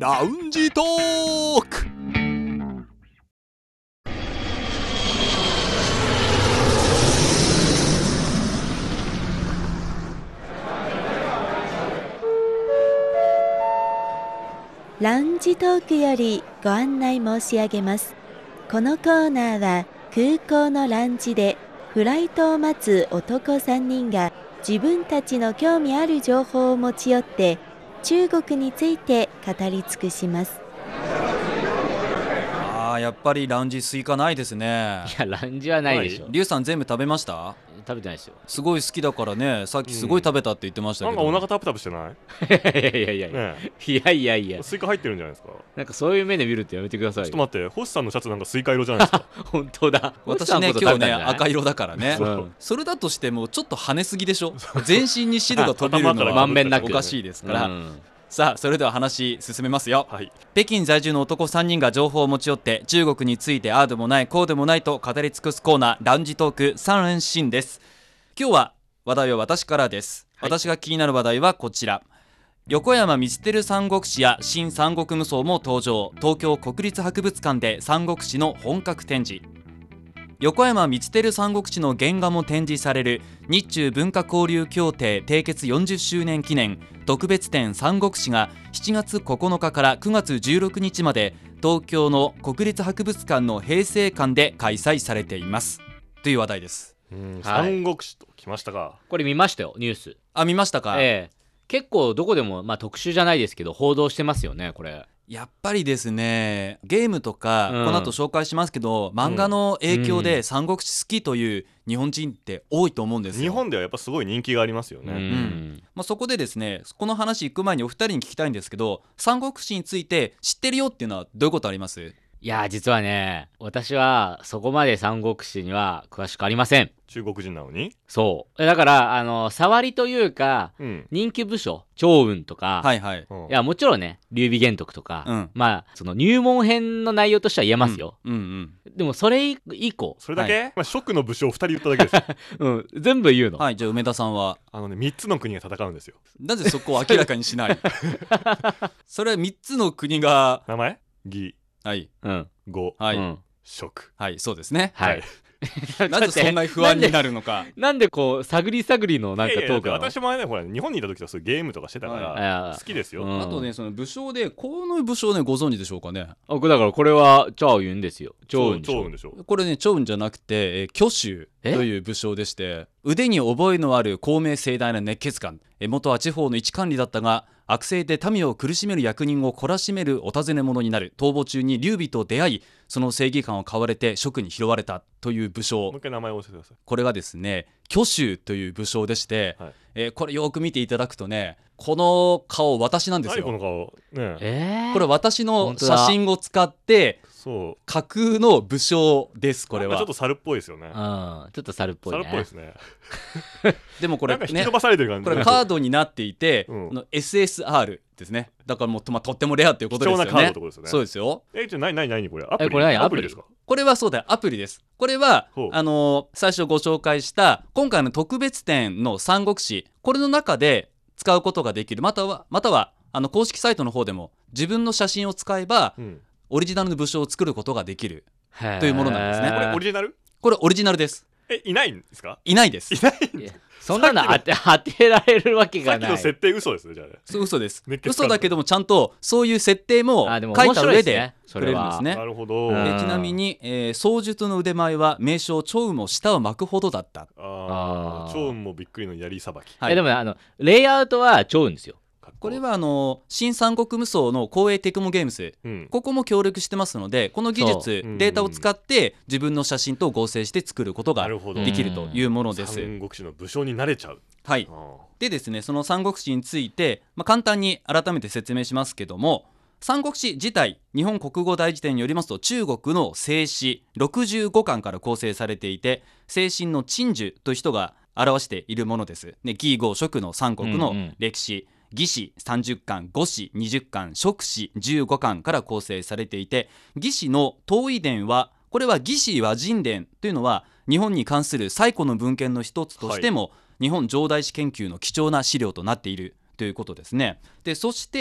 ラウンジトーク。 ラウンジトークよりご案内申し上げます。このコーナーは空港のランジでフライトを待つ男3人が自分たちの興味ある情報を持ち寄って中国について語り尽くします。 やっぱりラウンジスイカないですね。 いやラウンジはないでしょ。 リュウさん全部食べました？ 食べてないですよ。 すごい好きだからね。さっきすごい食べたって言ってましたけど、 なんかお腹タプタプしてない？ いやいやいやいや、 ねいやいやいや、 スイカ入ってるんじゃないですか。 なんかそういう目で見るってやめてくださいよ。 ちょっと待って、星さんのシャツなんかスイカ色じゃないですか。 本当だ。 私ね今日ね赤色だからね。 そうそれだとしてもちょっと跳ねすぎでしょ。全身に汁が飛びるの頭からはまんべんなくおかしいですから、 うんさあそれでは話進めますよ。 はい。 北京在住の男3人が情報を持ち寄って中国についてああでもないこうでもないと語り尽くすコーナー、ラウンジトーク3連新です。今日は話題は私からです、私が気になる話題はこちら。横山光輝三国志や新三国無双も登場。東京国立博物館で三国志の本格展示。横山光輝三国志の原画も展示される日中文化交流協定締結40周年記念特別展三国志が7月9日から9月16日まで東京の国立博物館の平成館で開催されていますという話題です。 三国志と来ましたか。 これ見ましたよ、ニュース。 見ましたか？ 結構どこでも、特集じゃないですけど報道してますよねこれ。 やっぱりですね、ゲームとか、この後紹介しますけど漫画の影響で三国志好きという日本人って多いと思うんですよ。 日本ではやっぱすごい人気がありますよね。 そこでですね、この話行く前にお二人に聞きたいんですけど、三国志について知ってるよっていうのはどういうことあります？ いや実はね、私はそこまで三国志には詳しくありません。 中国人なのに。 そうだから触りというか、人気武将趙雲とか、 はいはい、 いやもちろんね劉備玄徳とか、その入門編の内容としては言えますよ。でもそれ以降、 それだけ、蜀の武将2人言っただけですよ。 全部言うの。 はい、じゃあ梅田さんは 3つの国が戦うんですよ。 なぜそこを明らかにしない？それは3つの国が名前義、 はい、 呉、蜀。 はい、そうですね。 はい。 なぜそんなに不安になるのか。 なんでこう探り探りのなんかトークなの？ 私もね、ほら日本にいた時はそういうゲームとかしてたから好きですよ。 あとね、その武将でこの武将ねご存知でしょうかね。 だからこれは趙雲ですよ。趙雲でしょ。 これね趙雲じゃなくて虚州という武将でして、腕に覚えのある公明正大な熱血漢、元は地方の一管理だったが悪性で民を苦しめる役人を懲らしめるお尋ね者になる。逃亡中に劉備と出会い、その正義感を買われて蜀に拾われたという武将。 もう一回名前を教えてください。 これがですね虚州という武将でして、これよく見ていただくとね、この顔私なんですよ。 何この顔ね。 これ私の写真を使って架空の武将です。これはちょっと猿っぽいですよね。 ちょっと猿っぽいね。 猿っぽいですね。 でもこれね、 引き伸ばされてる感じ。 これカードになっていて、SSR ですね。だからもうとってもレアっていうことですよね。 貴重なカードってことですよね。 そうですよ。 何これ？アプリですか？ これはそうだよ、アプリです。これは最初ご紹介した今回の特別展の三国志、これの中で使うことができる。または公式サイトの方でも自分の写真を使えば、オリジナルの武将を作ることができるというものなんですね。 これオリジナル？ これオリジナルです。 いないんですか？ いないです。 いないんそんなの当てられるわけがない。 さっきの設定嘘ですね。じゃあそう嘘です。嘘だけどもちゃんとそういう設定も書いた上でくれるんですね。 なるほど。 ちなみに、槍術の腕前は名将趙雲も舌を巻くほどだった。 趙雲もびっくりの槍さばき。 でもレイアウトは趙雲ですよ。 これは新三国無双の光栄テクモゲームス、ここも協力してますので、この技術データを使って自分の写真と合成して作ることができるというものです。 三国志の武将になれちゃう。 はい。でですね、その三国志について、簡単に改めて説明しますけども、三国志自体、日本国語大辞典によりますと中国の正史65巻から構成されていて、正史の陳寿という人が表しているものです。義呉蜀の三国の歴史、義史30巻、呉史20巻、蜀史15巻から構成されていて、義史の東夷伝は、これは義史和人伝というのは日本に関する最古の文献の一つとしても、日本上大史研究の貴重な資料となっているということですね。でそして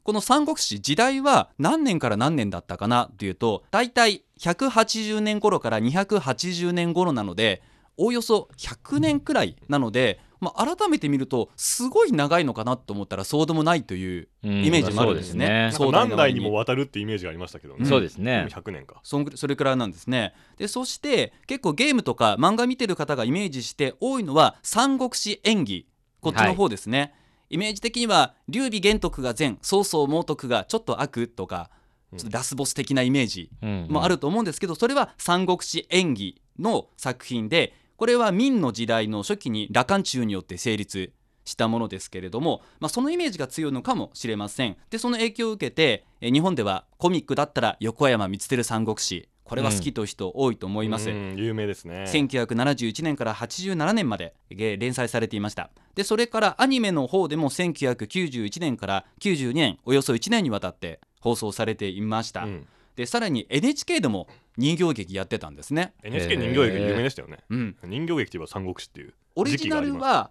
この三国志時代は何年から何年だったかなというと、だいたい180年頃から280年頃なので、おおよそ100年くらいなので、改めて見るとすごい長いのかなと思ったらそうでもないというイメージもあるんですね。 何代にもわたるってイメージがありましたけどね。 そうですね。 100年か。 それくらいなんですね。でそして結構ゲームとか漫画見てる方がイメージして多いのは三国志演義、こっちの方ですね、はい、イメージ的には劉備玄徳が善、曹操猛徳がちょっと悪とか、ちょっとラスボス的なイメージもあると思うんですけど、それは三国志演義の作品で、これは明の時代の初期に羅漢中によって成立したものですけれども、そのイメージが強いのかもしれません。でその影響を受けて日本ではコミックだったら横山光輝三国志、これは好きという人多いと思います。 有名ですね。 1971年から87年まで連載されていました。でそれからアニメの方でも1991年から92年、およそ1年にわたって放送されていました。でさらに NHK でも人形劇やってたんですね。 NHK 人形劇有名でしたよね、人形劇といえば三国志っていうオリジナルは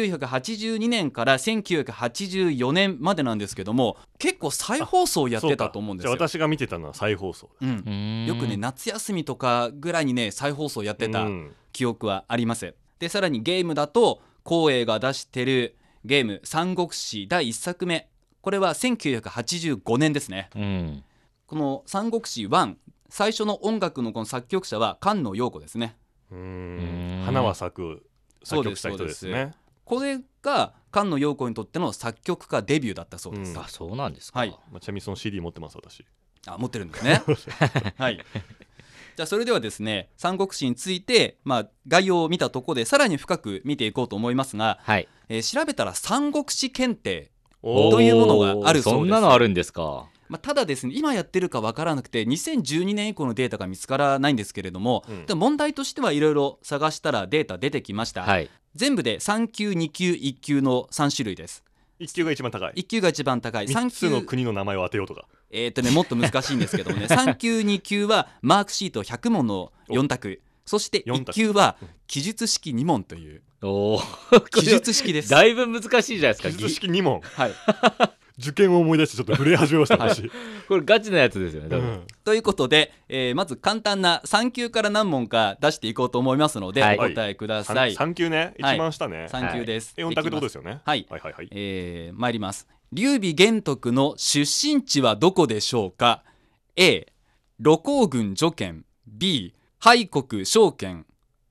1982年から1984年までなんですけども、結構再放送やってたと思うんですよ。 じゃあ私が見てたのは再放送、 よくね夏休みとかぐらいにね再放送やってた記憶はあります。でさらにゲームだと光栄が出してるゲーム三国志第1作目、これは1985年ですね、この三国志1、最初の音楽のこの作曲者は菅野陽子ですね。 花は咲く作曲した人ですね。 これが菅野陽子にとっての作曲家デビューだったそうです。 あ、そうなんですか。 はい、 ちなみにその CD 持ってます私。 持ってるんですねはい、じゃあそれではですね、三国志について、概要を見たところでさらに深く見ていこうと思いますが、調べたら三国志検定というものがあるそうです。 そんなのあるんですか。 ただですね、今やってるか分からなくて2012年以降のデータが見つからないんですけれども、でも問題としてはいろいろ探したらデータ出てきました、全部で3級2級1級の3種類です。 1級が一番高い。 1級が一番高い。 3つの国の名前を当てようとか。 もっと難しいんですけどもね3級2級はマークシート100問の4択、そして1級は記述式2問という記述式です。 だいぶ難しいじゃないですか。 記述式2問、 はい受験を思い出してちょっと震え始めました私、 これガチなやつですよね、多分。 ということで、まず簡単な3級から何問か出していこうと思いますので、お答えください。 3級ね、一番下ね、 3級です。 4択ってことですよね。 はい、参ります。劉備玄徳の出身地はどこでしょうか。 A 盧溝郡徐県、 B 廃国昭県、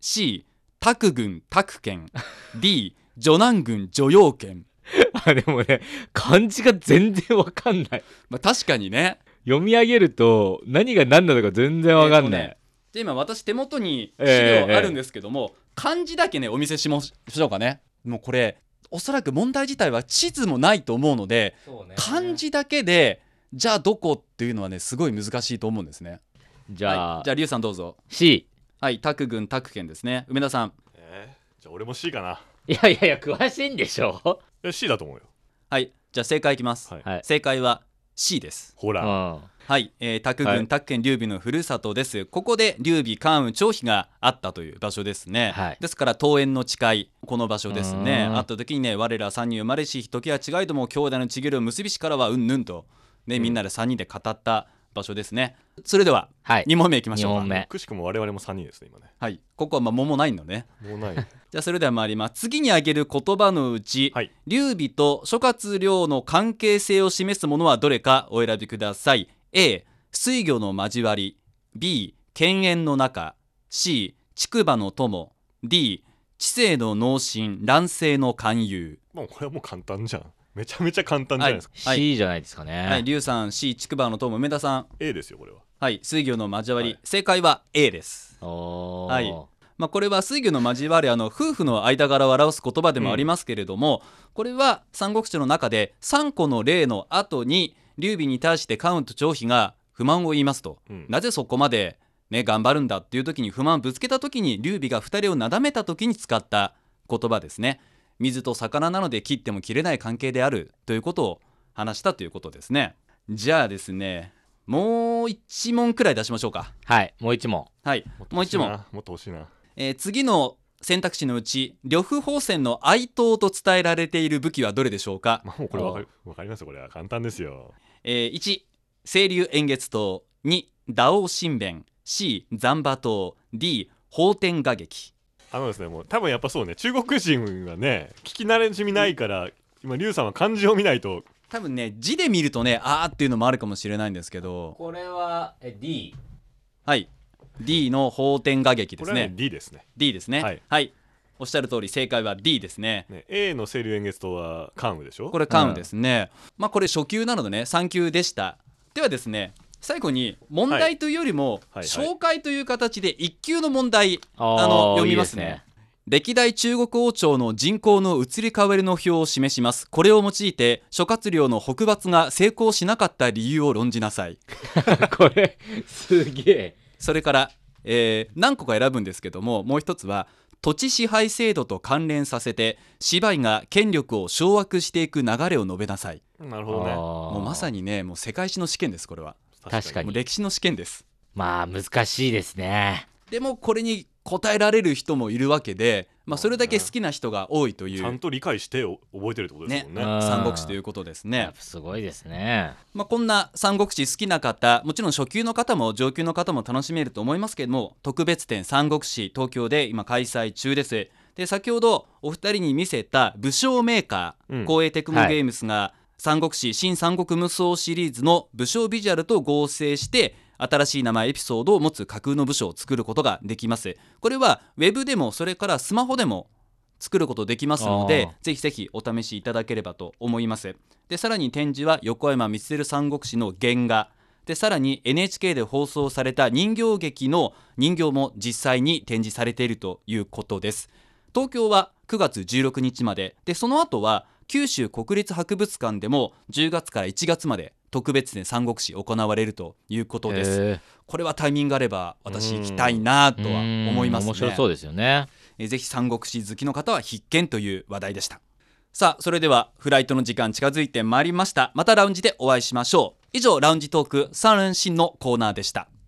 C 沢郡沢県、 D 徐南郡徐陽県でもね、漢字が全然わかんない。 確かにね、 読み上げると何が何なのか全然わかんない。 で今私手元に資料あるんですけども、漢字だけねお見せしましょうかね。もうこれおそらく問題自体は地図もないと思うので、漢字だけでじゃあどこっていうのはねすごい難しいと思うんですね。じゃあリュウさんどうぞ。 C。 はい、沢郡沢県ですね。梅田さん。 じゃあ俺も C かな。 いや詳しいんでしょ。 C だと思うよ。 はい、じゃあ正解いきます、正解は C です。 ほら、 はい、沢郡沢県劉備のふるさとです。ここで劉備関羽張飛があったという場所ですね、ですから桃園の誓い、この場所ですね。あった時にね、我ら三人生まれし時は違いども兄弟のちぎる結びしからはうんぬんと、みんなで3人で語った場所ですね。それでは2問目いきましょう。2問目、 くしくも我々も3人ですね今ね。 はい、ここは桃ないのね。 もうないじゃあそれでは参ります。次に挙げる言葉のうち、劉備と諸葛亮の関係性を示すものはどれかお選びください。 A 水魚の交わり、 B 犬猿の仲、 C 竹馬の友、 D 知性の脳神乱世の勧誘。 もうこれはもう簡単じゃん。めちゃめちゃ簡単じゃないですか。 C じゃないですかね。 はい、劉さん C 竹馬の友、梅田さん A ですよこれは。 はい、水魚の交わり、正解は A です。はい、これは水魚の交わり、夫婦の間柄を表す言葉でもありますけれども、これは三国志の中で3個の例の後に劉備に対して関羽と張飛が不満を言いますと、なぜそこまで、頑張るんだっていう時に不満をぶつけた時に劉備が2人をなだめた時に使った言葉ですね。水と魚なので切っても切れない関係であるということを話したということですね。じゃあですね、もう1問くらい出しましょうか。 はい、もう1問。 はい、もう1問。 もっと欲しいな。 次の選択肢のうち呂布宝泉の愛刀と伝えられている武器はどれでしょうか。 もうこれわかりますよ。これは簡単ですよ。 1青龍偃月刀、2打王神弁、 C 斬馬刀、 D 法天画劇。 ですね、もう多分やっぱそうね、中国人はね聞き慣れしみないから、今リュウさんは漢字を見ないと多分ね、字で見るとねあーっていうのもあるかもしれないんですけど、 これはD。 はい、 D の法天画劇ですね。 これはね D ですね。 D ですね。はい、おっしゃる通り正解は D ですね。 A の青龍偃月刀は関羽でしょ。 これ関羽ですね。これ初級なのでね3級でした。ではですね、最後に問題というよりも紹介という形で1級の問題、読みますね。いいですね。歴代中国王朝の人口の移り変わりの表を示します。これを用いて諸葛亮の北伐が成功しなかった理由を論じなさい。 これすげえ。 それから、何個か選ぶんですけども、もう一つは土地支配制度と関連させて芝居が権力を掌握していく流れを述べなさい。 なるほどね。 もうまさにね、もう世界史の試験です。これは確かにもう歴史の試験です。 まあ難しいですね。 でもこれに答えられる人もいるわけで、それだけ好きな人が多いという、 ちゃんと理解して覚えてるってことですもんね。 三国志ということですね。 すごいですね。 こんな三国志好きな方、もちろん初級の方も上級の方も楽しめると思いますけども、特別展三国志東京で今開催中です。で、先ほどお二人に見せた武将メーカー、光栄テクモゲームスが三国志新三国無双シリーズの武将ビジュアルと合成して新しい名前エピソードを持つ架空の武将を作ることができます。これはウェブでもそれからスマホでも作ることできますので、ぜひぜひお試しいただければと思います。で、さらに展示は横山光輝三国志の原画で、さらに NHK で放送された人形劇の人形も実際に展示されているということです。東京は9月16日までで、その後は九州国立博物館でも10月から1月まで特別展三国志行われるということです。これはタイミングがあれば私行きたいなとは思いますね。 面白そうですよね。 ぜひ三国志好きの方は必見という話題でした。さあ、それではフライトの時間近づいてまいりました。またラウンジでお会いしましょう。以上、ラウンジトーク三連新のコーナーでした。